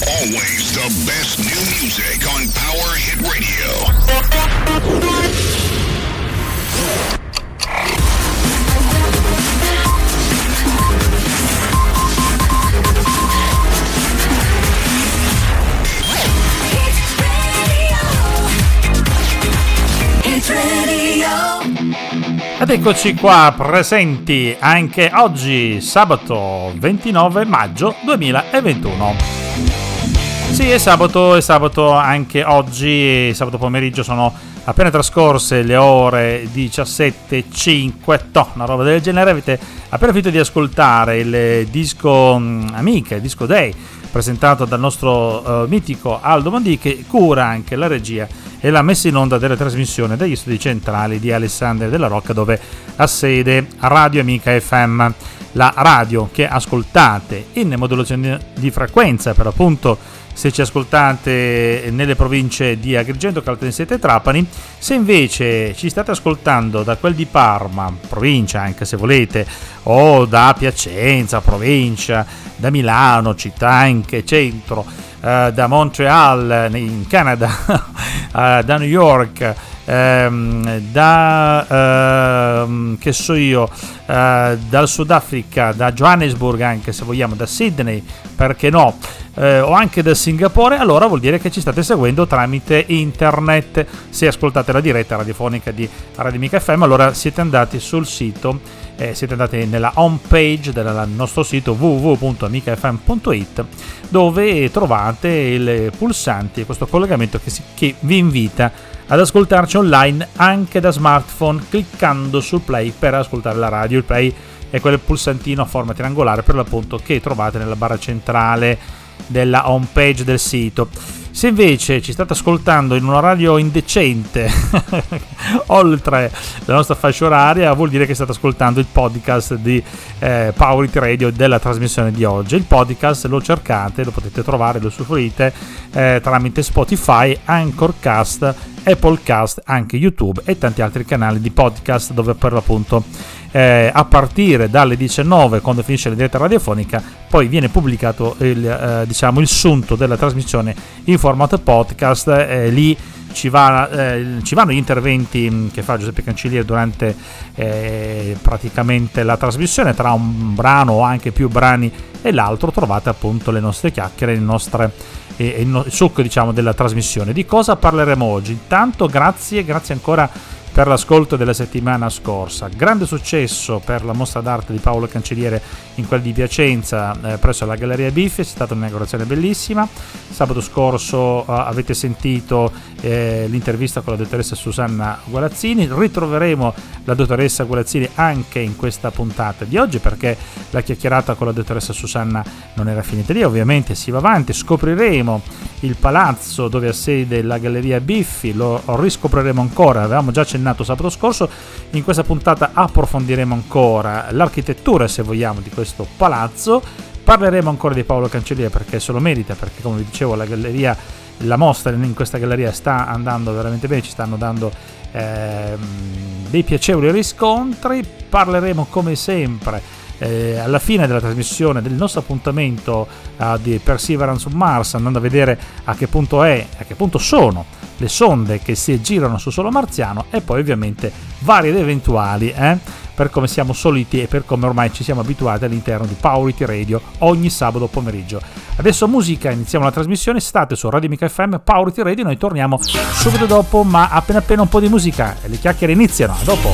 Always the best new music on Power Hit Radio. Ed eccoci qua presenti anche oggi, sabato 29 maggio 2021. Sì, è sabato anche oggi, sabato pomeriggio sono appena trascorse le ore 17:05, una roba del genere. Avete appena finito di ascoltare il disco Amica, il disco Day, presentato dal nostro mitico Aldo Mondì, che cura anche la regia e la messa in onda della trasmissione dagli studi centrali di Alessandria della Rocca, dove ha sede Radio Amica FM, la radio che ascoltate in modulazione di frequenza, per appunto se ci ascoltate nelle province di Agrigento, Caltanissetta e Trapani. Se invece ci state ascoltando da quel di Parma, provincia anche se volete, o da Piacenza, provincia, da Milano, città anche centro, da Montreal in Canada, da New York, che so io, dal Sudafrica, da Johannesburg anche se vogliamo, da Sydney, perché no, o anche da Singapore, allora vuol dire che ci state seguendo tramite internet. Se ascoltate la diretta radiofonica di Radio Amica FM, allora siete andati sul sito, siete andati nella home page del nostro sito www.amicafm.it, dove trovate il pulsante, questo collegamento che vi invita ad ascoltarci online anche da smartphone, cliccando sul play per ascoltare la radio. Il play è quel pulsantino a forma triangolare, per l'appunto, che trovate nella barra centrale della home page del sito. Se invece ci state ascoltando in un orario indecente oltre la nostra fascia oraria, vuol dire che state ascoltando il podcast di Power Hit Radio della trasmissione di oggi. Il podcast lo cercate, lo potete trovare, lo usufruite tramite Spotify, Anchorcast, Applecast, anche YouTube e tanti altri canali di podcast, dove per l'appunto a partire dalle 19, quando finisce la diretta radiofonica, poi viene pubblicato il sunto della trasmissione in formato podcast. Lì ci vanno gli interventi che fa Giuseppe Cancelliere durante praticamente la trasmissione. Tra un brano o anche più brani e l'altro trovate appunto le nostre chiacchiere, il succo, diciamo, della trasmissione. Di cosa parleremo oggi? Intanto grazie ancora per l'ascolto della settimana scorsa. Grande successo per la mostra d'arte di Paolo Cancelliere in quel di Piacenza, presso la Galleria Biffi. È stata un'inaugurazione bellissima. Sabato scorso avete sentito l'intervista con la dottoressa Susanna Gualazzini. Ritroveremo la dottoressa Gualazzini anche in questa puntata di oggi, perché la chiacchierata con la dottoressa Susanna non era finita lì, ovviamente si va avanti. Scopriremo il palazzo dove ha sede la Galleria Biffi, lo riscopriremo ancora, avevamo già accennato sabato scorso. In questa puntata approfondiremo ancora l'architettura, se vogliamo, di questo palazzo. Parleremo ancora di Paolo Cancelliere, perché se lo merita, perché come vi dicevo la mostra in questa galleria sta andando veramente bene, ci stanno dando dei piacevoli riscontri. Parleremo come sempre alla fine della trasmissione del nostro appuntamento di Perseverance on Mars, andando a vedere a che punto sono le sonde che si girano sul suolo marziano, e poi ovviamente vari ed eventuali, per come siamo soliti e per come ormai ci siamo abituati all'interno di Power Hit Radio ogni sabato pomeriggio. Adesso musica, iniziamo la trasmissione, state su Radio Amica FM, Power Hit Radio, noi torniamo subito dopo, ma appena un po' di musica e le chiacchiere iniziano. A dopo.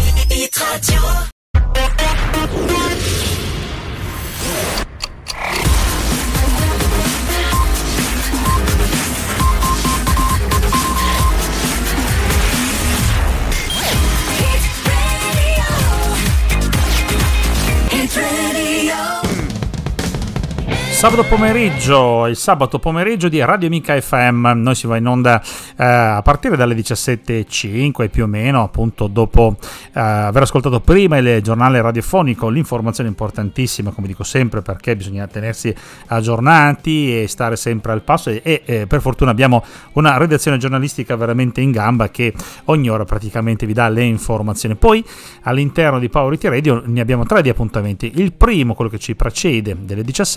Il sabato pomeriggio di Radio Amica FM. Noi si va in onda a partire dalle 17:05 più o meno, appunto dopo aver ascoltato prima il giornale radiofonico, l'informazione importantissima, come dico sempre, perché bisogna tenersi aggiornati e stare sempre al passo, e per fortuna abbiamo una redazione giornalistica veramente in gamba che ogni ora praticamente vi dà le informazioni. Poi all'interno di Power Hit Radio ne abbiamo 3 di appuntamenti. Il primo, quello che ci precede, delle 17,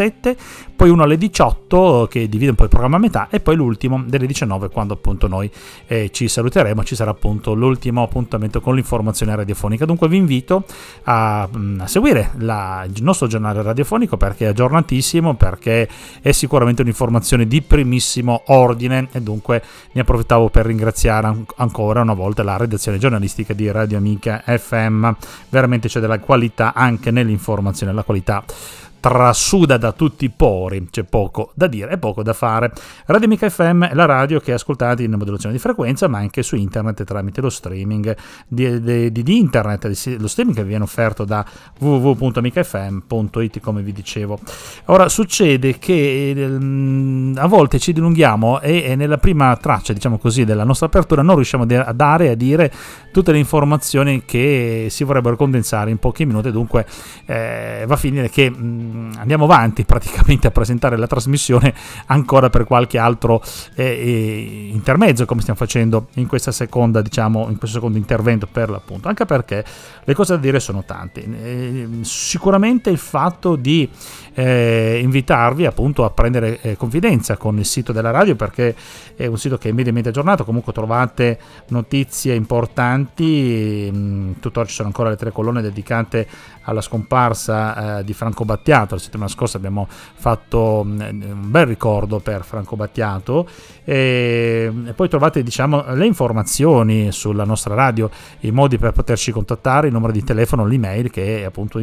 poi uno alle 18 che divide un po' il programma a metà, e poi l'ultimo delle 19, quando appunto noi ci saluteremo. Ci sarà appunto l'ultimo appuntamento con l'informazione radiofonica. Dunque vi invito a seguire il nostro giornale radiofonico, perché è aggiornatissimo, perché è sicuramente un'informazione di primissimo ordine, e dunque ne approfittavo per ringraziare ancora una volta la redazione giornalistica di Radio Amica FM. Veramente c'è della qualità anche nell'informazione, la qualità trasuda da tutti i pori, c'è poco da dire e poco da fare. Radio Amica FM è la radio che ascoltate in modulazione di frequenza, ma anche su internet tramite lo streaming di internet, lo streaming che viene offerto da www.amicafm.it, come vi dicevo. Ora succede che a volte ci dilunghiamo e nella prima traccia, diciamo così, della nostra apertura non riusciamo a dire tutte le informazioni che si vorrebbero condensare in pochi minuti, dunque va a finire che andiamo avanti praticamente a presentare la trasmissione ancora per qualche altro intermezzo, come stiamo facendo in questa seconda, diciamo, in questo secondo intervento per l'appunto, anche perché le cose da dire sono tante. Sicuramente il fatto di invitarvi appunto a prendere confidenza con il sito della radio, perché è un sito che è mediamente aggiornato, comunque trovate notizie importanti. Tuttora ci sono ancora le 3 colonne dedicate alla scomparsa di Franco Battiato. La settimana scorsa abbiamo fatto un bel ricordo per Franco Battiato, e poi trovate, diciamo, le informazioni sulla nostra radio, i modi per poterci contattare, il numero di telefono, l'email, che è appunto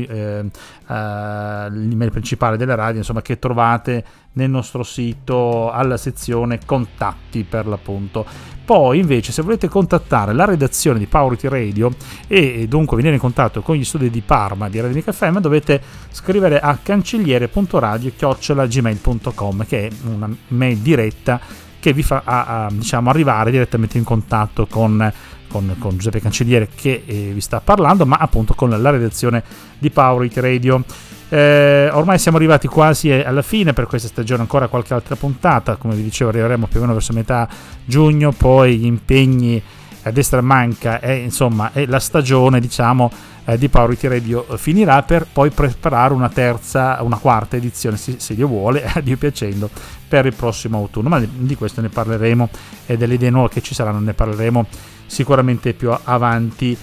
l'email principale della radio, insomma, che trovate nel nostro sito alla sezione contatti per l'appunto. Poi invece, se volete contattare la redazione di Power It Radio e dunque venire in contatto con gli studi di Parma di Radio Amica FM, dovete scrivere a cancelliere.radio@gmail.com, che è una mail diretta che vi fa diciamo arrivare direttamente in contatto con Giuseppe Cancelliere, che vi sta parlando, ma appunto con la redazione di Power It Radio. Ormai siamo arrivati quasi alla fine per questa stagione, ancora qualche altra puntata, come vi dicevo arriveremo più o meno verso metà giugno, poi gli impegni a destra manca e insomma la stagione, diciamo, di Power It Radio finirà, per poi preparare una quarta edizione, se Dio vuole, a Dio piacendo, per il prossimo autunno, ma di questo ne parleremo, e delle idee nuove che ci saranno ne parleremo sicuramente più avanti.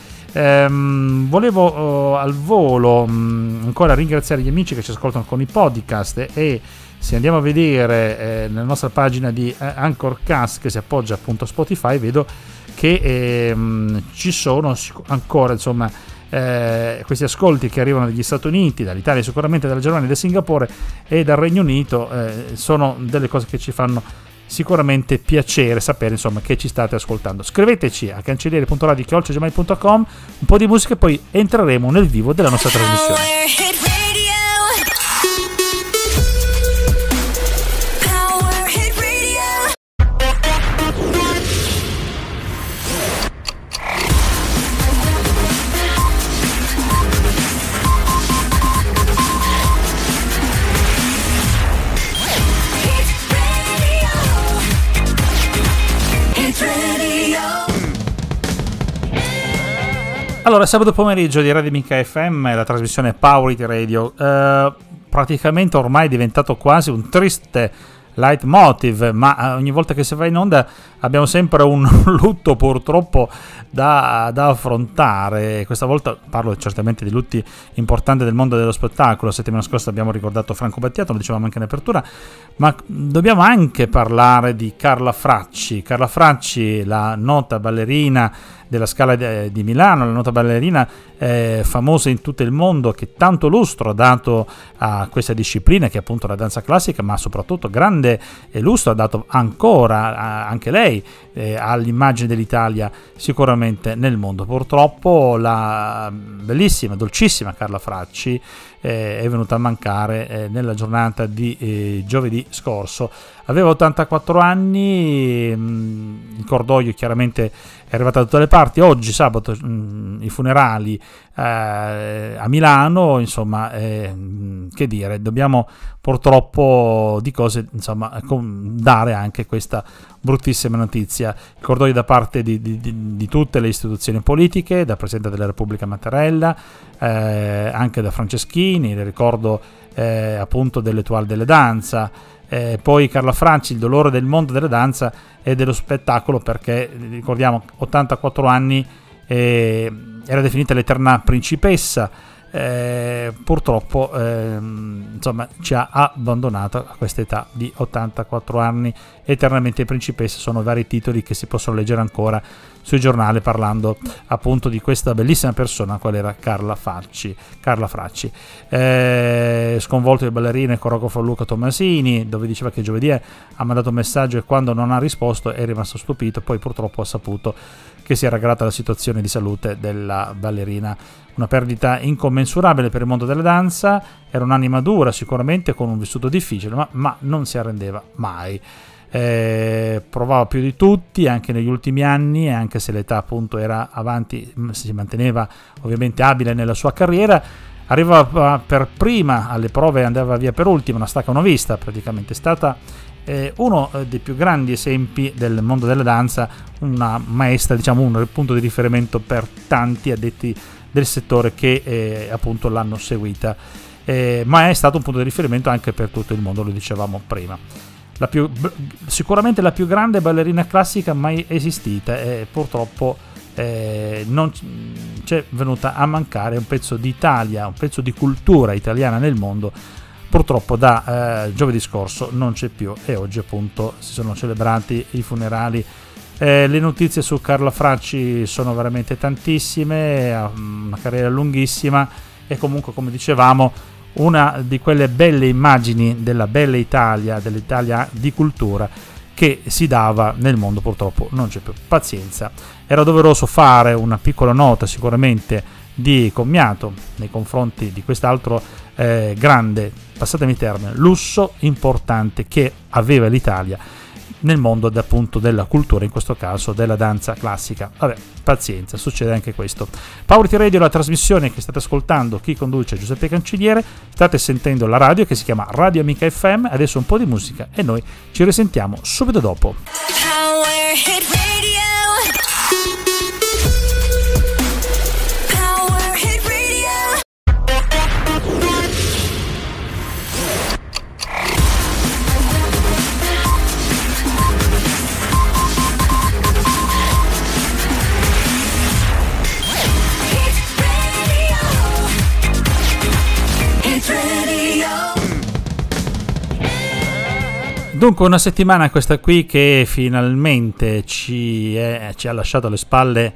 Volevo al volo ancora ringraziare gli amici che ci ascoltano con i podcast, e se andiamo a vedere nella nostra pagina di Anchorcast, che si appoggia appunto a Spotify, vedo che ci sono ancora, insomma, questi ascolti che arrivano dagli Stati Uniti, dall'Italia, sicuramente dalla Germania, da Singapore e dal Regno Unito. Sono delle cose che ci fanno sicuramente piacere sapere, insomma, che ci state ascoltando. Scriveteci a cancelliere.radio@gmail.com, un po' di musica e poi entreremo nel vivo della nostra trasmissione. Allora, sabato pomeriggio di Radio Amica FM, la trasmissione Power It Radio, praticamente ormai è diventato quasi un triste leitmotiv, ma ogni volta che si va in onda abbiamo sempre un lutto purtroppo da affrontare. Questa volta parlo certamente di lutti importanti del mondo dello spettacolo. La settimana scorsa abbiamo ricordato Franco Battiato, lo dicevamo anche in apertura, ma dobbiamo anche parlare di Carla Fracci, la nota ballerina della Scala di Milano, la nota ballerina famosa in tutto il mondo, che tanto lustro ha dato a questa disciplina che è appunto la danza classica, ma soprattutto grande lustro ha dato ancora anche lei all'immagine dell'Italia sicuramente nel mondo. Purtroppo la bellissima, dolcissima Carla Fracci è venuta a mancare nella giornata di giovedì scorso. Aveva 84 anni, il cordoglio chiaramente è arrivata da tutte le parti. Oggi sabato i funerali a Milano, insomma, che dire, dobbiamo purtroppo di cose, insomma, dare anche questa bruttissima notizia. Il cordoglio da parte di tutte le istituzioni politiche, da Presidente della Repubblica Mattarella, anche da Franceschini, il ricordo appunto dell'Étoile delle Danza, poi Carla Fracci, il dolore del mondo della danza e dello spettacolo, perché ricordiamo 84 anni, era definita l'eterna principessa, purtroppo insomma ci ha abbandonato a questa età di 84 anni, eternamente principessa. Sono vari titoli che si possono leggere ancora sui giornali parlando appunto di questa bellissima persona qual era Carla Fracci. Sconvolto il ballerino e coreografo Luca Tommasini, dove diceva che giovedì ha mandato un messaggio e quando non ha risposto è rimasto stupito. Poi purtroppo ha saputo che si era aggravata la situazione di salute della ballerina. Una perdita incommensurabile per il mondo della danza. Era un'anima dura sicuramente, con un vissuto difficile, ma non si arrendeva mai. Provava più di tutti anche negli ultimi anni, e anche se l'età appunto era avanti, si manteneva ovviamente abile nella sua carriera. Arrivava per prima alle prove e andava via per ultima, una stacca una vista praticamente. È stata uno dei più grandi esempi del mondo della danza, una maestra, diciamo un punto di riferimento per tanti addetti del settore che appunto l'hanno seguita, ma è stato un punto di riferimento anche per tutto il mondo, lo dicevamo prima. Sicuramente la più grande ballerina classica mai esistita, e purtroppo non c'è venuta a mancare un pezzo di Italia, un pezzo di cultura italiana nel mondo. Purtroppo da giovedì scorso non c'è più, e oggi appunto si sono celebrati i funerali. Le notizie su Carla Fracci sono veramente tantissime, ha una carriera lunghissima, e comunque, come dicevamo, una di quelle belle immagini della bella Italia, dell'Italia di cultura che si dava nel mondo. Purtroppo non c'è più. Pazienza. Era doveroso fare una piccola nota sicuramente di commiato nei confronti di quest'altro grande, passatemi il termine, lusso importante che aveva l'Italia nel mondo appunto della cultura, in questo caso della danza classica. Vabbè, pazienza, succede anche questo. Power It Radio, la trasmissione che state ascoltando, chi conduce Giuseppe Cancelliere. State sentendo la radio che si chiama Radio Amica FM. Adesso un po' di musica e noi ci risentiamo subito dopo. Power Hit Radio. Power Hit Radio. Dunque, una settimana questa qui che finalmente ci ha lasciato alle spalle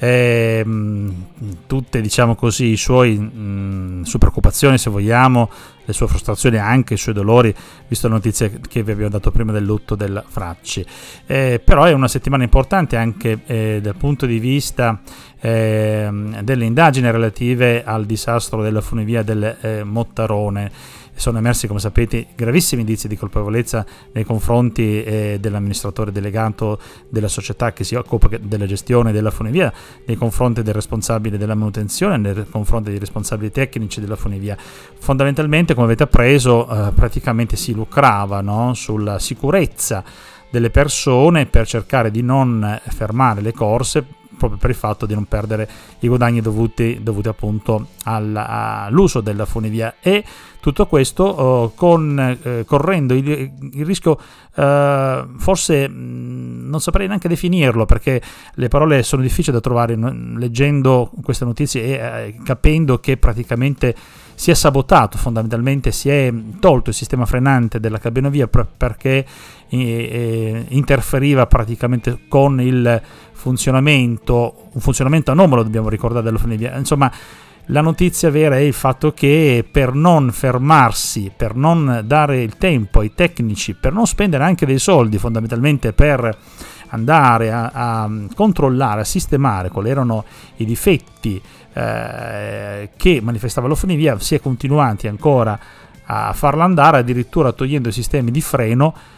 tutte, diciamo così, i suoi sue preoccupazioni, se vogliamo, le sue frustrazioni, anche i suoi dolori, visto la notizia che vi abbiamo dato prima del lutto della Fracci. Però è una settimana importante anche dal punto di vista delle indagini relative al disastro della funivia del Mottarone. Sono emersi, come sapete, gravissimi indizi di colpevolezza nei confronti dell'amministratore delegato della società che si occupa della gestione della funivia, nei confronti del responsabile della manutenzione, nei confronti dei responsabili tecnici della funivia. Fondamentalmente, come avete appreso, praticamente si lucrava, no, sulla sicurezza delle persone per cercare di non fermare le corse, proprio per il fatto di non perdere i guadagni dovuti appunto all'uso della funivia, e tutto questo correndo il rischio, forse non saprei neanche definirlo, perché le parole sono difficili da trovare leggendo queste notizie e capendo che praticamente si è sabotato, fondamentalmente si è tolto il sistema frenante della cabinovia perché interferiva praticamente con il funzionamento anomalo, dobbiamo ricordare, della funivia. Insomma, la notizia vera è il fatto che per non fermarsi, per non dare il tempo ai tecnici, per non spendere anche dei soldi fondamentalmente per andare a controllare, a sistemare quali erano i difetti che manifestava la funivia, si è continuati ancora a farla andare, addirittura togliendo i sistemi di freno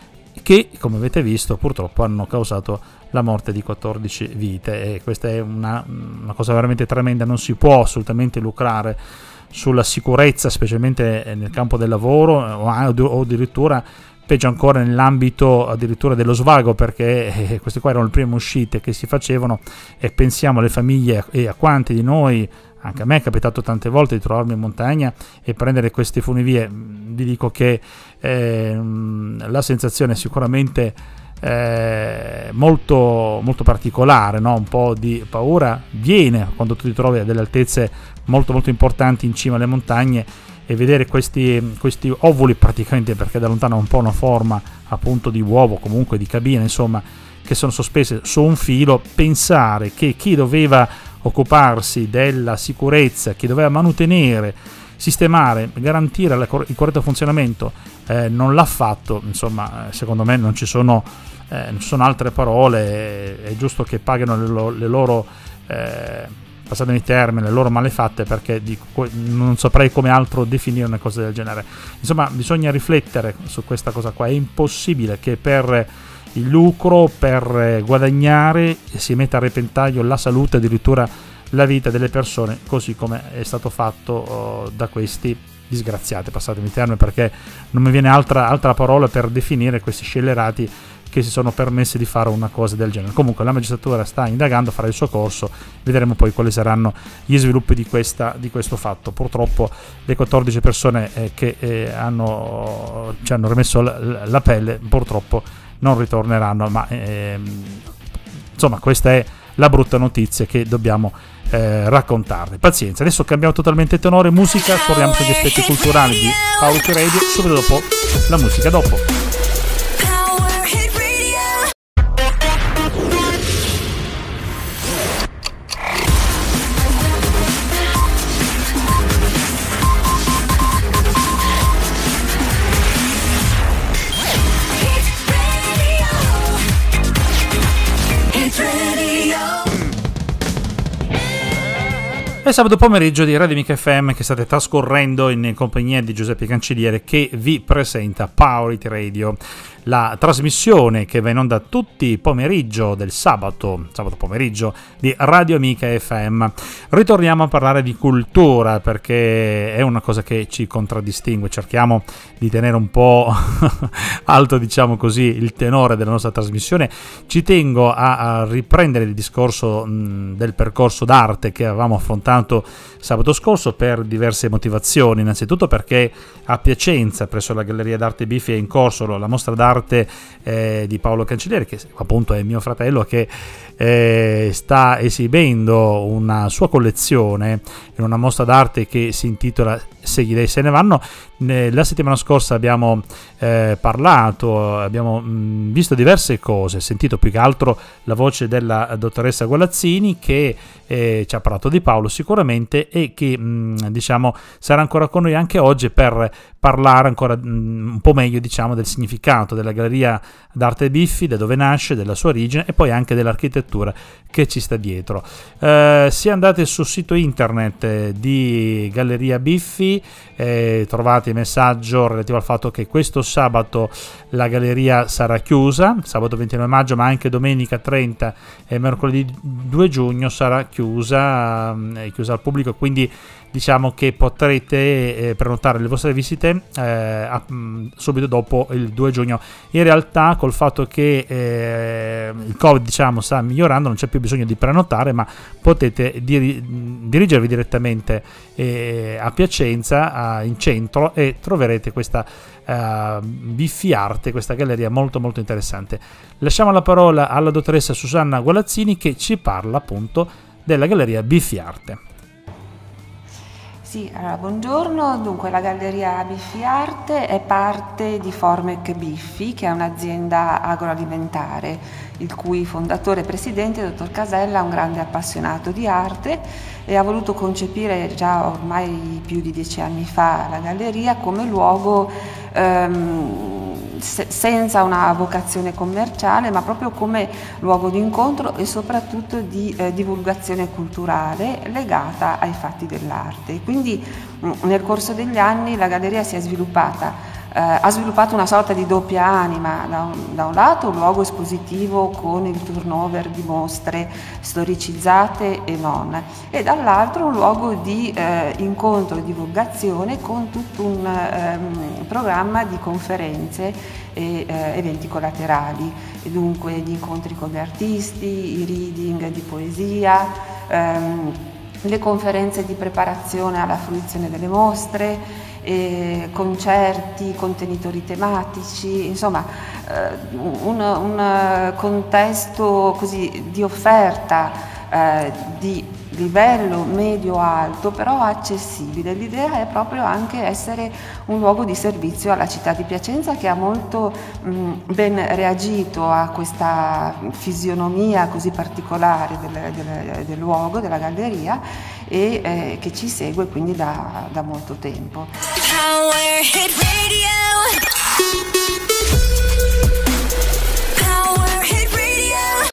che, come avete visto, purtroppo hanno causato la morte di 14 vite, e questa è una cosa veramente tremenda. Non si può assolutamente lucrare sulla sicurezza, specialmente nel campo del lavoro, o addirittura peggio ancora nell'ambito addirittura dello svago, perché queste qua erano le prime uscite che si facevano, e pensiamo alle famiglie e a quanti di noi, anche a me è capitato tante volte di trovarmi in montagna e prendere queste funivie. Vi dico che la sensazione è sicuramente molto, molto particolare, no? Un po' di paura viene quando tu ti trovi a delle altezze molto molto importanti in cima alle montagne, e vedere questi ovuli, praticamente, perché da lontano è un po' una forma appunto di uovo, comunque di cabina, insomma, che sono sospese su un filo. Pensare che chi doveva occuparsi della sicurezza, chi doveva manutenere, sistemare, garantire il corretto funzionamento, non l'ha fatto, insomma, secondo me non ci sono altre parole. È giusto che paghino le loro passatemi il termine, le loro malefatte, perché non saprei come altro definire una cosa del genere. Insomma, bisogna riflettere su questa cosa qua. È impossibile che per il lucro, per guadagnare, si metta a repentaglio la salute, addirittura la vita delle persone, così come è stato fatto da questi disgraziati, passatemi il termine, perché non mi viene altra parola per definire questi scellerati che si sono permessi di fare una cosa del genere. Comunque la magistratura sta indagando, farà il suo corso, vedremo poi quali saranno gli sviluppi di questo fatto. Purtroppo le 14 persone che ci hanno rimesso la pelle purtroppo non ritorneranno, ma insomma, questa è la brutta notizia che dobbiamo raccontarvi. Pazienza, adesso cambiamo totalmente tenore, musica, torniamo sugli aspetti culturali di Power Hit Radio subito dopo la musica. Dopo è sabato pomeriggio di Radio Amica FM che state trascorrendo in compagnia di Giuseppe Cancelliere, che vi presenta Power Hit Radio, la trasmissione che va in onda tutti i pomeriggio del sabato pomeriggio di Radio Amica FM. Ritorniamo a parlare di cultura, perché è una cosa che ci contraddistingue. Cerchiamo di tenere un po' alto, diciamo così, il tenore della nostra trasmissione. Ci tengo a riprendere il discorso del percorso d'arte che avevamo affrontato sabato scorso per diverse motivazioni. Innanzitutto perché a Piacenza, presso la Galleria d'Arte Biffi, è in corso la mostra d'arte di Paolo Cancelliere, che appunto è mio fratello, che sta esibendo una sua collezione in una mostra d'arte che si intitola Se gli dei se ne vanno. La settimana scorsa abbiamo parlato, abbiamo visto diverse cose, sentito più che altro la voce della dottoressa Gualazzini, che ci ha parlato di Paolo sicuramente, e che diciamo sarà ancora con noi anche oggi per parlare ancora un po' meglio, diciamo, del significato della Galleria d'Arte Biffi, da dove nasce, della sua origine, e poi anche dell'architettura che ci sta dietro. Se andate sul sito internet di Galleria Biffi trovate il messaggio relativo al fatto che questo sabato la galleria sarà chiusa, sabato 29 maggio, ma anche domenica 30 e mercoledì 2 giugno sarà chiusa al pubblico, quindi diciamo che potrete prenotare le vostre visite subito dopo il 2 giugno. In realtà, col fatto che il Covid, diciamo, sta migliorando, non c'è più bisogno di prenotare, ma potete dirigervi direttamente a Piacenza, in centro, e troverete questa Biffi Arte, questa galleria molto molto interessante. Lasciamo la parola alla dottoressa Susanna Gualazzini, che ci parla appunto della Galleria Biffi Arte. Sì, allora, buongiorno. Dunque, la Galleria Biffi Arte è parte di Formec Biffi, che è un'azienda agroalimentare, il cui fondatore e presidente, dottor Casella, è un grande appassionato di arte e ha voluto concepire già ormai più di 10 anni fa la galleria come luogo senza una vocazione commerciale, ma proprio come luogo di incontro e soprattutto di divulgazione culturale legata ai fatti dell'arte. Quindi nel corso degli anni la galleria si è sviluppata ha sviluppato una sorta di doppia anima, da un lato un luogo espositivo con il turnover di mostre storicizzate e non, e dall'altro un luogo di incontro e divulgazione con tutto un programma di conferenze e eventi collaterali, e dunque gli incontri con gli artisti, i reading di poesia, le conferenze di preparazione alla fruizione delle mostre, concerti, contenitori tematici, insomma un contesto così di offerta di livello medio-alto, però accessibile. L'idea è proprio anche essere un luogo di servizio alla città di Piacenza, che ha molto ben reagito a questa fisionomia così particolare del luogo, della galleria, e che ci segue quindi da molto tempo. Power Hit Radio. Power Hit Radio.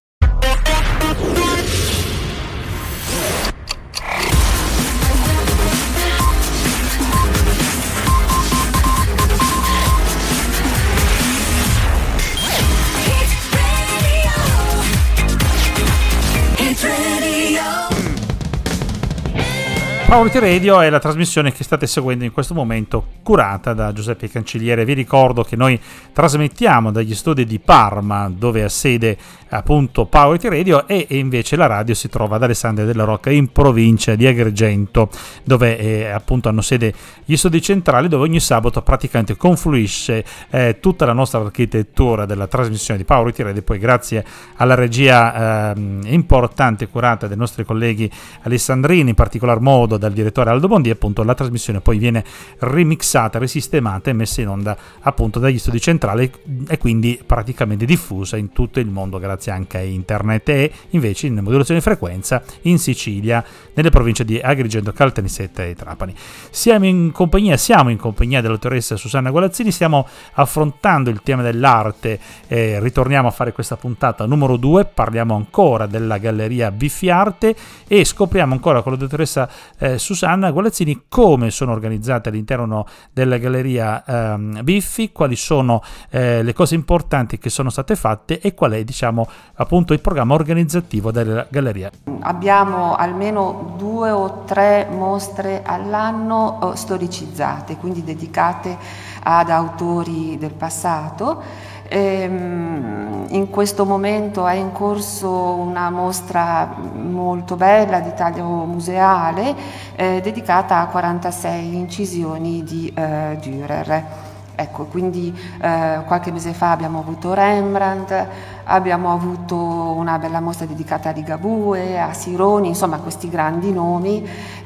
Power Hit Radio è la trasmissione che state seguendo in questo momento, curata da Giuseppe Cancelliere. Vi ricordo che noi trasmettiamo dagli studi di Parma, dove ha sede appunto Power Hit Radio, e invece la radio si trova ad Alessandria della Rocca, in provincia di Agrigento, dove appunto hanno sede gli studi centrali, dove ogni sabato praticamente confluisce tutta la nostra architettura della trasmissione di Power Hit Radio. Poi grazie alla regia importante curata dai nostri colleghi alessandrini, in particolar modo dal direttore Aldo Bondi, appunto la trasmissione poi viene remixata, risistemata e messa in onda appunto dagli studi centrali, e quindi praticamente diffusa in tutto il mondo grazie anche a internet, e invece in modulazione di frequenza in Sicilia, nelle province di Agrigento, Caltanissetta e Trapani. Siamo in compagnia della dottoressa Susanna Gualazzini, stiamo affrontando il tema dell'arte, ritorniamo a fare questa puntata numero 2, parliamo ancora della Galleria Biffi Arte e scopriamo ancora con la dottoressa Susanna Gualazzini come sono organizzate all'interno della Galleria Biffi, quali sono le cose importanti che sono state fatte e qual è, diciamo, appunto il programma organizzativo della Galleria. Abbiamo almeno 2 o 3 mostre all'anno storicizzate, quindi dedicate ad autori del passato. In questo momento è in corso una mostra molto bella di taglio museale dedicata a 46 incisioni di Dürer. Ecco, quindi qualche mese fa abbiamo avuto Rembrandt, abbiamo avuto una bella mostra dedicata a Ligabue, a Sironi, insomma questi grandi nomi,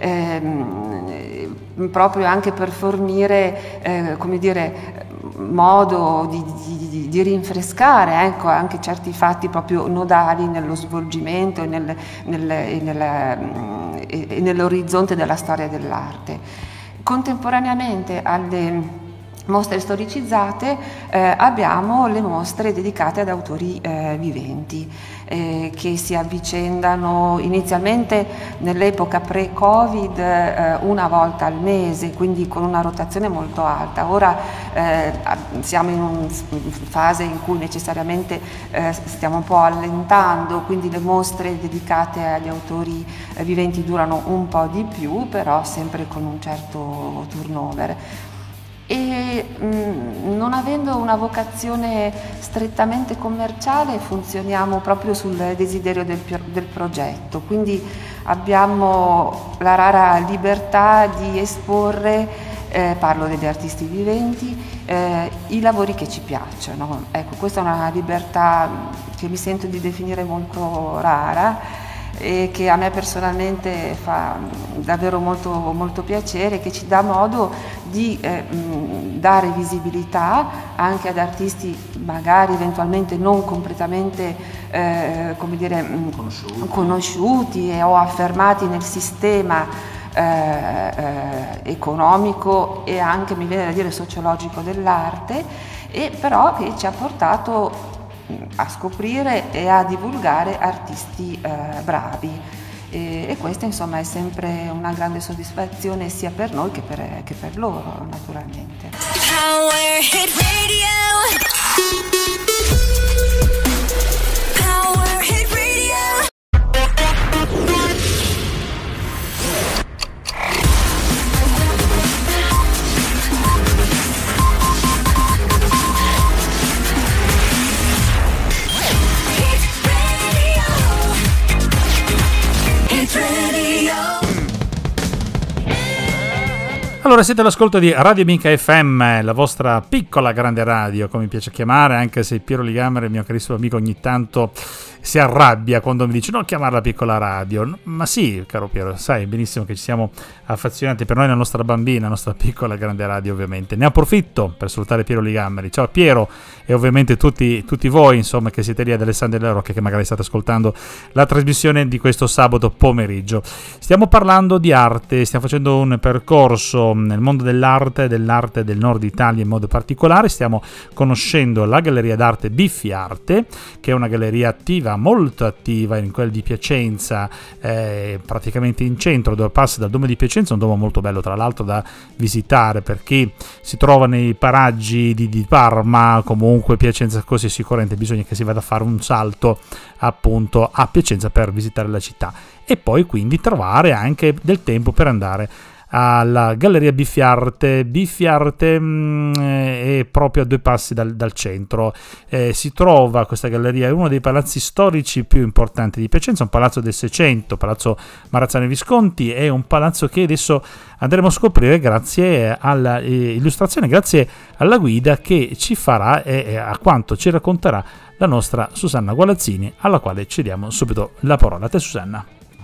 proprio anche per fornire, come dire, modo di rinfrescare, ecco, anche certi fatti proprio nodali nello svolgimento e nell'orizzonte della storia dell'arte. Contemporaneamente alle mostre storicizzate abbiamo le mostre dedicate ad autori viventi che si avvicendano inizialmente nell'epoca pre-Covid una volta al mese, quindi con una rotazione molto alta. Ora siamo in una fase in cui necessariamente stiamo un po' allentando, quindi le mostre dedicate agli autori viventi durano un po' di più, però sempre con un certo turnover. E non avendo una vocazione strettamente commerciale funzioniamo proprio sul desiderio del progetto, quindi abbiamo la rara libertà di esporre, parlo degli artisti viventi, i lavori che ci piacciono. Ecco, questa è una libertà che mi sento di definire molto rara e che a me personalmente fa davvero molto, molto piacere, che ci dà modo di dare visibilità anche ad artisti magari eventualmente non completamente come dire, conosciuti o affermati nel sistema economico e anche, mi viene da dire, sociologico dell'arte, e però che ci ha portato a scoprire e a divulgare artisti bravi. e questa insomma è sempre una grande soddisfazione sia per noi che per loro, naturalmente. Power Hit Radio. Power Hit Radio. Allora, siete all'ascolto di Radio Minca FM, la vostra piccola grande radio, come mi piace chiamare, anche se Piero Ligamere, il mio carissimo amico, ogni tanto si arrabbia quando mi dice non chiamarla piccola radio. Ma sì, caro Piero, sai benissimo che ci siamo affezionati, per noi la nostra bambina, la nostra piccola grande radio, ovviamente. Ne approfitto per salutare Piero Ligameri. Ciao Piero, e ovviamente tutti voi, insomma, che siete lì ad Alessandria della Rocca, che magari state ascoltando la trasmissione di questo sabato pomeriggio. Stiamo parlando di arte, stiamo facendo un percorso nel mondo dell'arte del nord Italia in modo particolare. Stiamo conoscendo la galleria d'arte Biffi Arte, che è una galleria attiva, molto attiva, in quella di Piacenza, praticamente in centro, dove passa dal Duomo di Piacenza, un Duomo molto bello tra l'altro da visitare per chi si trova nei paraggi di Parma. Comunque Piacenza così sicuramente bisogna che si vada a fare un salto appunto a Piacenza per visitare la città e poi quindi trovare anche del tempo per andare alla galleria Biffi Arte. Biffi Arte è proprio a 2 passi dal centro. Si trova questa galleria, è uno dei palazzi storici più importanti di Piacenza, un palazzo del 600, palazzo Marazzani Visconti. È un palazzo che adesso andremo a scoprire grazie alla illustrazione, grazie alla guida che ci farà e a quanto ci racconterà la nostra Susanna Gualazzini, alla quale ci diamo subito la parola. A te, Susanna.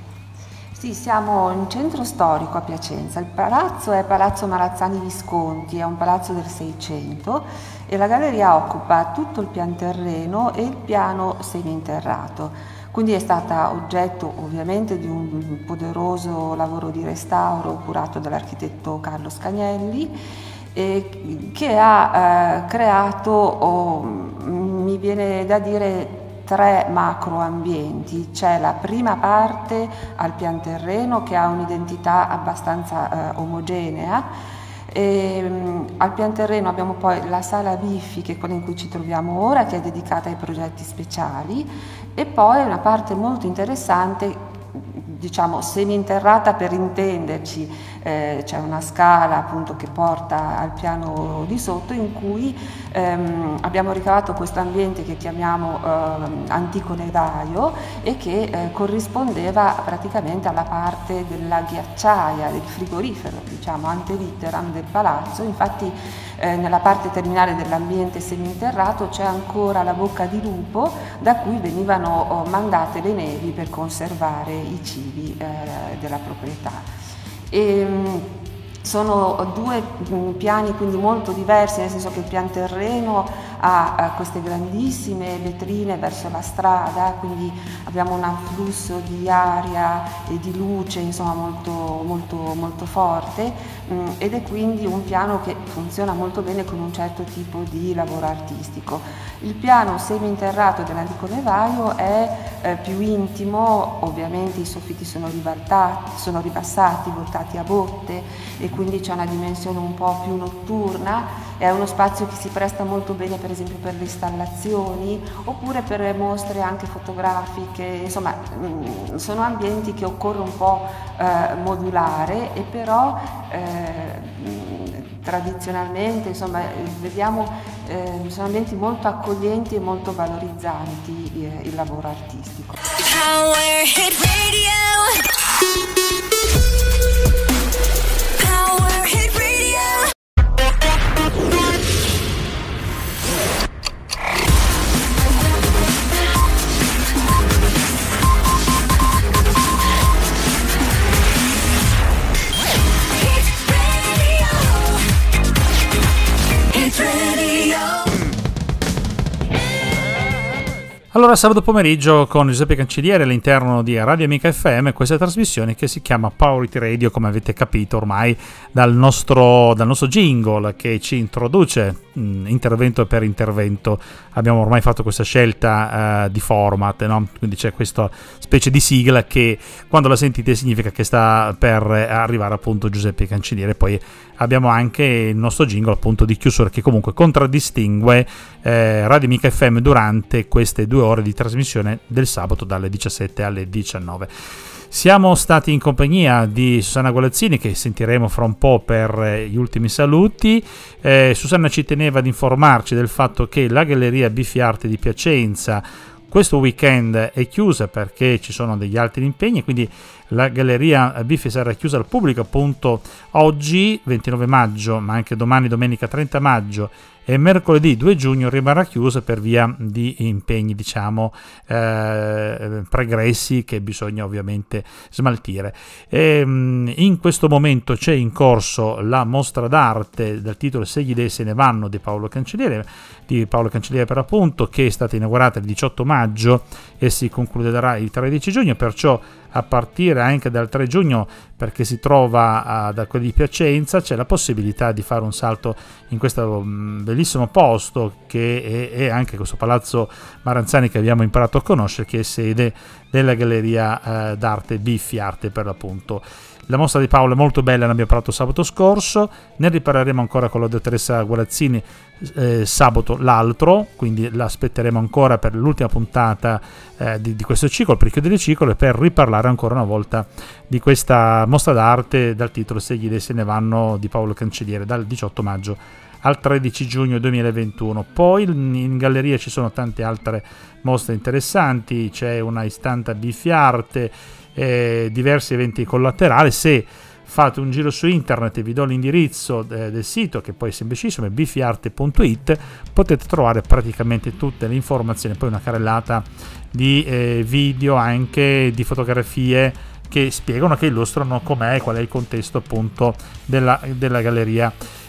Sì, siamo in centro storico a Piacenza. Il palazzo è Palazzo Marazzani Visconti, è un palazzo del 600 e la galleria occupa tutto il pian terreno e il piano seminterrato. Quindi è stata oggetto ovviamente di un poderoso lavoro di restauro curato dall'architetto Carlo Scagnelli, che ha creato, mi viene da dire, 3 macro ambienti. C'è la prima parte al pian terreno che ha un'identità abbastanza omogenea. Al pian terreno abbiamo poi la sala Biffi, che è quella in cui ci troviamo ora, che è dedicata ai progetti speciali, e poi una parte molto interessante, diciamo seminterrata per intenderci. C'è una scala appunto che porta al piano di sotto, in cui abbiamo ricavato questo ambiente che chiamiamo antico nevaio e che corrispondeva praticamente alla parte della ghiacciaia, del frigorifero, diciamo ante litteram del palazzo. Infatti nella parte terminale dell'ambiente seminterrato c'è ancora la bocca di lupo da cui venivano mandate le nevi per conservare i cibi della proprietà. Sono 2 piani quindi molto diversi, nel senso che il pian terreno ha queste grandissime vetrine verso la strada, quindi abbiamo un afflusso di aria e di luce insomma molto forte, ed è quindi un piano che funziona molto bene con un certo tipo di lavoro artistico. Il piano seminterrato dell'antico nevaio è più intimo, ovviamente i soffitti sono ribassati, voltati a botte, e quindi c'è una dimensione un po' più notturna. È uno spazio che si presta molto bene per esempio per le installazioni oppure per mostre anche fotografiche. Insomma, sono ambienti che occorre un po' modulare, e però tradizionalmente insomma vediamo sono ambienti molto accoglienti e molto valorizzanti il lavoro artistico. Power Hit Radio. Power Hit Radio. Allora, sabato pomeriggio con Giuseppe Cancelliere all'interno di Radio Amica FM, questa trasmissione che si chiama Power It Radio, come avete capito ormai dal nostro jingle che ci introduce intervento per intervento. Abbiamo ormai fatto questa scelta di format, no? Quindi c'è questa specie di sigla che quando la sentite significa che sta per arrivare appunto Giuseppe Cancelliere. Poi abbiamo anche il nostro jingle appunto di chiusura che comunque contraddistingue Radio Amica FM durante queste 2 ore di trasmissione del sabato dalle 17 alle 19. Siamo stati in compagnia di Susanna Gualazzini, che sentiremo fra un po' per gli ultimi saluti. Susanna ci teneva ad informarci del fatto che la Galleria Biffi Arte di Piacenza questo weekend è chiusa perché ci sono degli altri impegni, quindi la Galleria Biffi sarà chiusa al pubblico appunto oggi 29 maggio, ma anche domani domenica 30 maggio e mercoledì 2 giugno rimarrà chiusa per via di impegni, diciamo, pregressi che bisogna ovviamente smaltire. In questo momento c'è in corso la mostra d'arte dal titolo Se gli dei se ne vanno di Paolo Cancelliere per appunto, che è stata inaugurata il 18 maggio e si concluderà il 13 giugno, perciò a partire anche dal 3 giugno, perché si trova da quelli di Piacenza, c'è la possibilità di fare un salto in questo bellissimo posto che è anche questo Palazzo Maranzani che abbiamo imparato a conoscere, che è sede della Galleria d'Arte Biffi Arte per l'appunto. La mostra di Paolo è molto bella, ne abbiamo parlato sabato scorso, ne riparleremo ancora con la dottoressa Gualazzini sabato l'altro, quindi l'aspetteremo ancora per l'ultima puntata di questo ciclo, per chiudere il ciclo e per riparlare ancora una volta di questa mostra d'arte dal titolo Se gli dei se ne vanno di Paolo Cancelliere, dal 18 maggio al 13 giugno 2021. Poi in galleria ci sono tante altre mostre interessanti, c'è una istanta Biffi Arte, diversi eventi collaterali. Se fate un giro su internet e vi do l'indirizzo del sito, che poi è semplicissimo, è biffiarte.it, potete trovare praticamente tutte le informazioni, poi una carrellata di video, anche di fotografie che spiegano, che illustrano com'è e qual è il contesto appunto della galleria.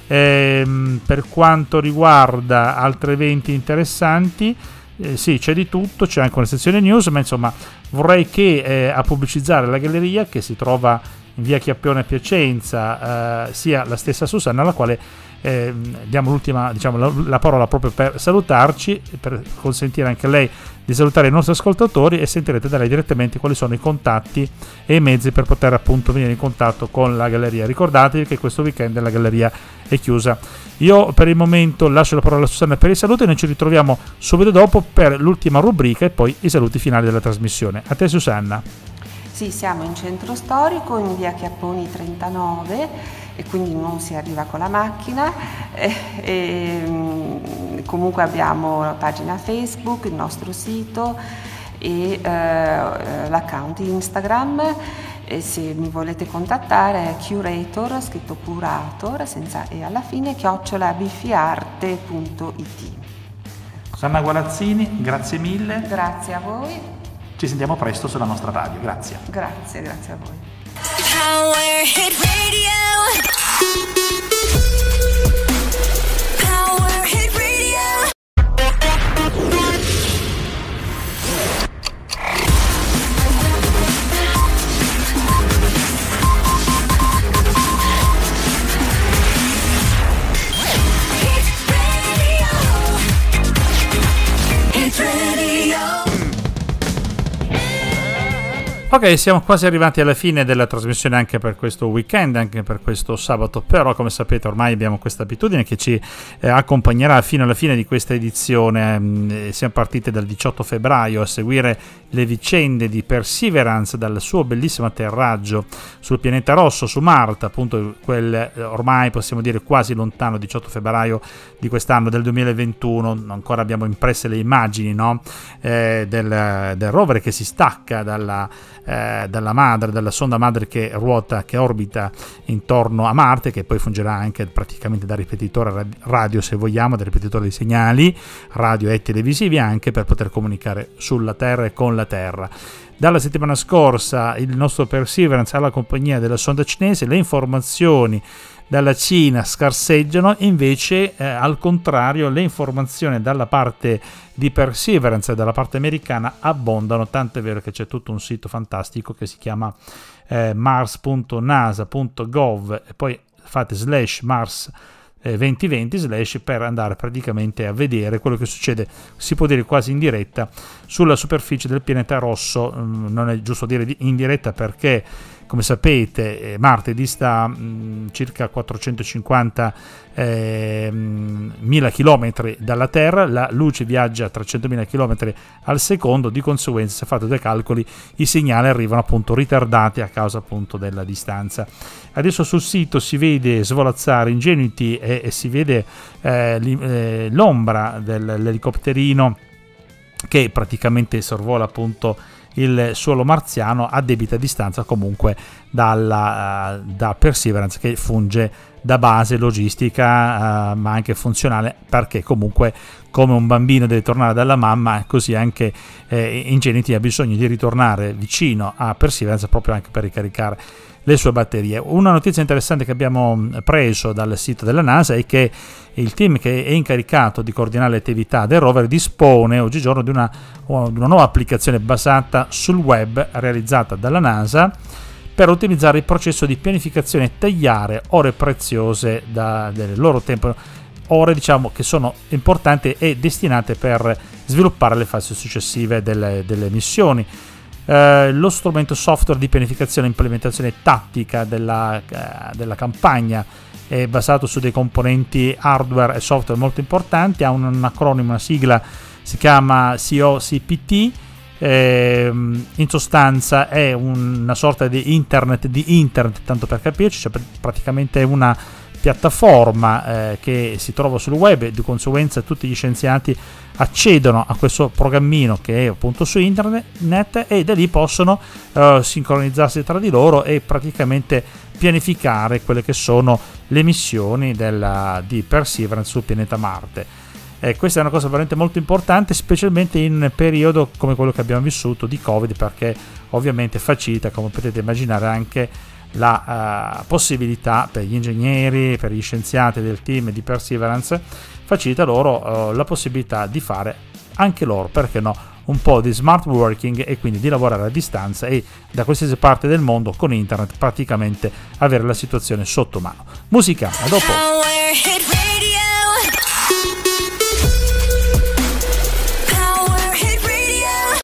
Per quanto riguarda altri eventi interessanti, sì, c'è di tutto, c'è anche una sezione news, ma insomma vorrei che a pubblicizzare la galleria, che si trova in via Chiappione a Piacenza, sia la stessa Susanna, alla quale diamo l'ultima, diciamo, la parola proprio per salutarci, per consentire anche a lei di salutare i nostri ascoltatori, e sentirete da lei direttamente quali sono i contatti e i mezzi per poter appunto venire in contatto con la galleria. Ricordatevi che questo weekend la galleria è chiusa. Io per il momento lascio la parola a Susanna per i saluti e noi ci ritroviamo subito dopo per l'ultima rubrica e poi i saluti finali della trasmissione. A te Susanna. Sì, siamo in centro storico, in via Chiapponi 39, e quindi non si arriva con la macchina. Comunque abbiamo la pagina Facebook, il nostro sito e l'account Instagram. E se mi volete contattare è curator, scritto curator senza e alla fine, @biffiarte.it. Susanna Gualazzini, grazie mille. Grazie a voi. Ci sentiamo presto sulla nostra radio, grazie. Grazie a voi. Power Hit Radio. Power Hit Radio. Hit Radio. Ok, siamo quasi arrivati alla fine della trasmissione anche per questo weekend, anche per questo sabato, però come sapete ormai abbiamo questa abitudine che ci accompagnerà fino alla fine di questa edizione. Siamo partiti dal 18 febbraio a seguire le vicende di Perseverance dal suo bellissimo atterraggio sul pianeta rosso, su Marte, appunto quel ormai possiamo dire quasi lontano 18 febbraio di quest'anno, del 2021. Ancora abbiamo impresse le immagini, no? del rover che si stacca dalla sonda madre che ruota, che orbita intorno a Marte, che poi fungerà anche praticamente da ripetitore radio, se vogliamo, da ripetitore di segnali radio e televisivi, anche per poter comunicare sulla Terra e con la Terra. Dalla settimana scorsa il nostro Perseverance ha la compagnia della sonda cinese, le informazioni dalla Cina scarseggiano, invece al contrario le informazioni dalla parte di Perseverance e dalla parte americana abbondano, tanto è vero che c'è tutto un sito fantastico che si chiama mars.nasa.gov e poi fate /mars 2020 per andare praticamente a vedere quello che succede, si può dire quasi in diretta, sulla superficie del pianeta rosso. Non è giusto dire in diretta perché, come sapete, Marte dista circa 450 mila chilometri dalla Terra, la luce viaggia a 300.000 chilometri al secondo, di conseguenza, se fate dei calcoli, i segnali arrivano appunto ritardati a causa appunto della distanza. Adesso sul sito si vede svolazzare Ingenuity e si vede l'ombra dell'elicopterino che praticamente sorvola appunto il suolo marziano a debita distanza comunque da Perseverance, che funge da base logistica ma anche funzionale, perché comunque come un bambino deve tornare dalla mamma, così anche Ingenuity ha bisogno di ritornare vicino a Perseverance proprio anche per ricaricare le sue batterie. Una notizia interessante che abbiamo preso dal sito della NASA è che il team che è incaricato di coordinare le attività del rover dispone oggigiorno di una nuova applicazione basata sul web realizzata dalla NASA per ottimizzare il processo di pianificazione e tagliare ore preziose del loro tempo, ore diciamo che sono importanti e destinate per sviluppare le fasi successive delle missioni. Lo strumento software di pianificazione e implementazione tattica della campagna è basato su dei componenti hardware e software molto importanti, ha un acronimo, una sigla, si chiama COCPT. In sostanza è una sorta di internet, tanto per capirci, cioè praticamente è una piattaforma che si trova sul web e di conseguenza tutti gli scienziati accedono a questo programmino che è appunto su internet e da lì possono sincronizzarsi tra di loro e praticamente pianificare quelle che sono le missioni di Perseverance sul pianeta Marte. Questa è una cosa veramente molto importante, specialmente in un periodo come quello che abbiamo vissuto di Covid, perché ovviamente facilita, come potete immaginare, anche la possibilità per gli ingegneri, per gli scienziati del team di Perseverance, facilita loro la possibilità di fare anche loro, perché no, un po' di smart working e quindi di lavorare a distanza e da qualsiasi parte del mondo con internet praticamente avere la situazione sotto mano. Musica, a dopo. Power Hit Radio. Power Hit Radio.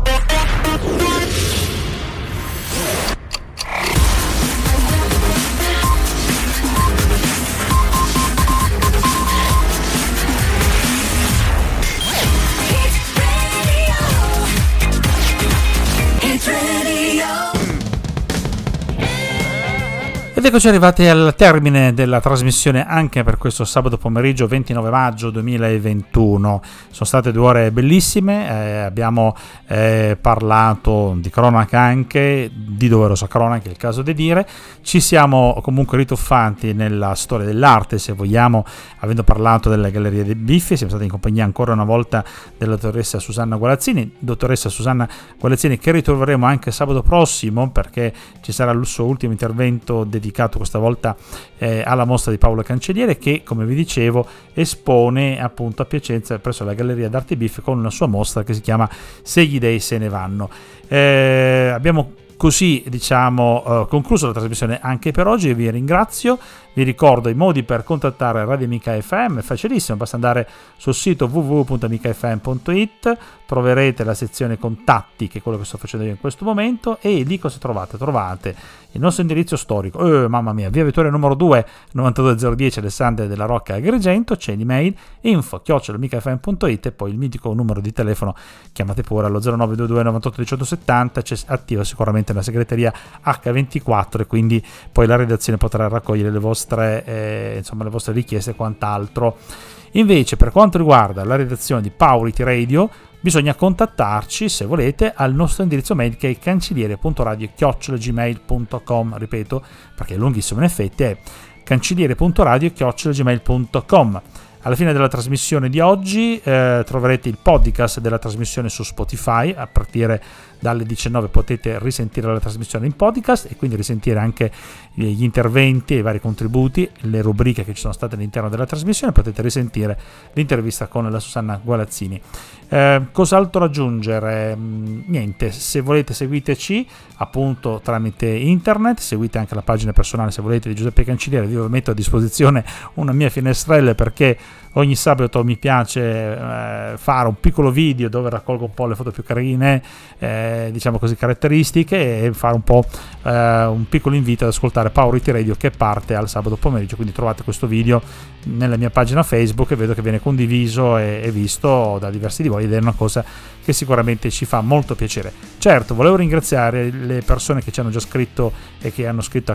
Hit Radio. Ed eccoci arrivati al termine della trasmissione anche per questo sabato pomeriggio 29 maggio 2021. Sono state 2 ore bellissime, abbiamo parlato di cronaca, anche di doverosa cronaca, è il caso di dire. Ci siamo comunque rituffati nella storia dell'arte, se vogliamo, avendo parlato della Galleria dei Biffi. Siamo stati in compagnia ancora una volta della dottoressa Susanna Gualazzini, che ritroveremo anche sabato prossimo, perché ci sarà il suo ultimo intervento dedicato questa volta alla mostra di Paolo Cancelliere, che, come vi dicevo, espone appunto a Piacenza presso la Galleria d'Arte Biffi con una sua mostra che si chiama Se gli dei se ne vanno. Abbiamo così concluso la trasmissione anche per oggi. Vi ringrazio, vi ricordo i modi per contattare Radio Amica FM, è facilissimo, basta andare sul sito www.amicafm.it, troverete la sezione contatti, che è quello che sto facendo io in questo momento, e lì cosa trovate? Trovate il nostro indirizzo storico, mamma mia, via Vittoria numero 2, 92010 Alessandria della Rocca Agrigento, c'è l'email info@amicafm.it e poi il mitico numero di telefono, chiamate pure allo 0922 98 18 70, c'è attiva sicuramente una segreteria H24 e quindi poi la redazione potrà raccogliere le vostre richieste e quant'altro. Invece, per quanto riguarda la redazione di Power Hit Radio, bisogna contattarci, se volete, al nostro indirizzo mail, che è cancelliere.radio@gmail.com. ripeto, perché è lunghissimo in effetti, è cancelliere.radio@gmail.com. Alla fine della trasmissione di oggi troverete il podcast della trasmissione su Spotify. A partire dalle 19 potete risentire la trasmissione in podcast e quindi risentire anche gli interventi e i vari contributi, le rubriche che ci sono state all'interno della trasmissione. Potete risentire l'intervista con la Susanna Gualazzini. Cos'altro aggiungere? Niente, se volete seguiteci appunto tramite internet, seguite anche la pagina personale se volete di Giuseppe Cancelliere. Io metto a disposizione una mia finestrella perché ogni sabato mi piace fare un piccolo video dove raccolgo un po' le foto più carine, diciamo così, caratteristiche, e fare un po' un piccolo invito ad ascoltare Power It Radio che parte al sabato pomeriggio. Quindi trovate questo video nella mia pagina Facebook e vedo che viene condiviso e visto da diversi di voi, ed è una cosa che sicuramente ci fa molto piacere. Certo, volevo ringraziare le persone che ci hanno già scritto e che hanno scritto a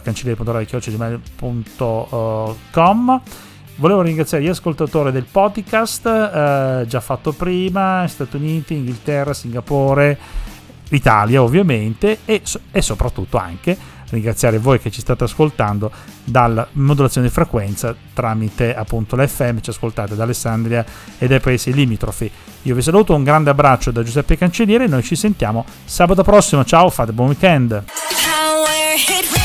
cancelliere.rai@gmail.com. Volevo ringraziare gli ascoltatori del podcast, già fatto prima, Stati Uniti, Inghilterra, Singapore, Italia ovviamente, e soprattutto anche ringraziare voi che ci state ascoltando dalla modulazione di frequenza tramite appunto la FM, ci ascoltate da Alessandria e dai paesi limitrofi. Io vi saluto, un grande abbraccio da Giuseppe Cancelliere, noi ci sentiamo sabato prossimo, ciao, fate buon weekend. Power Hit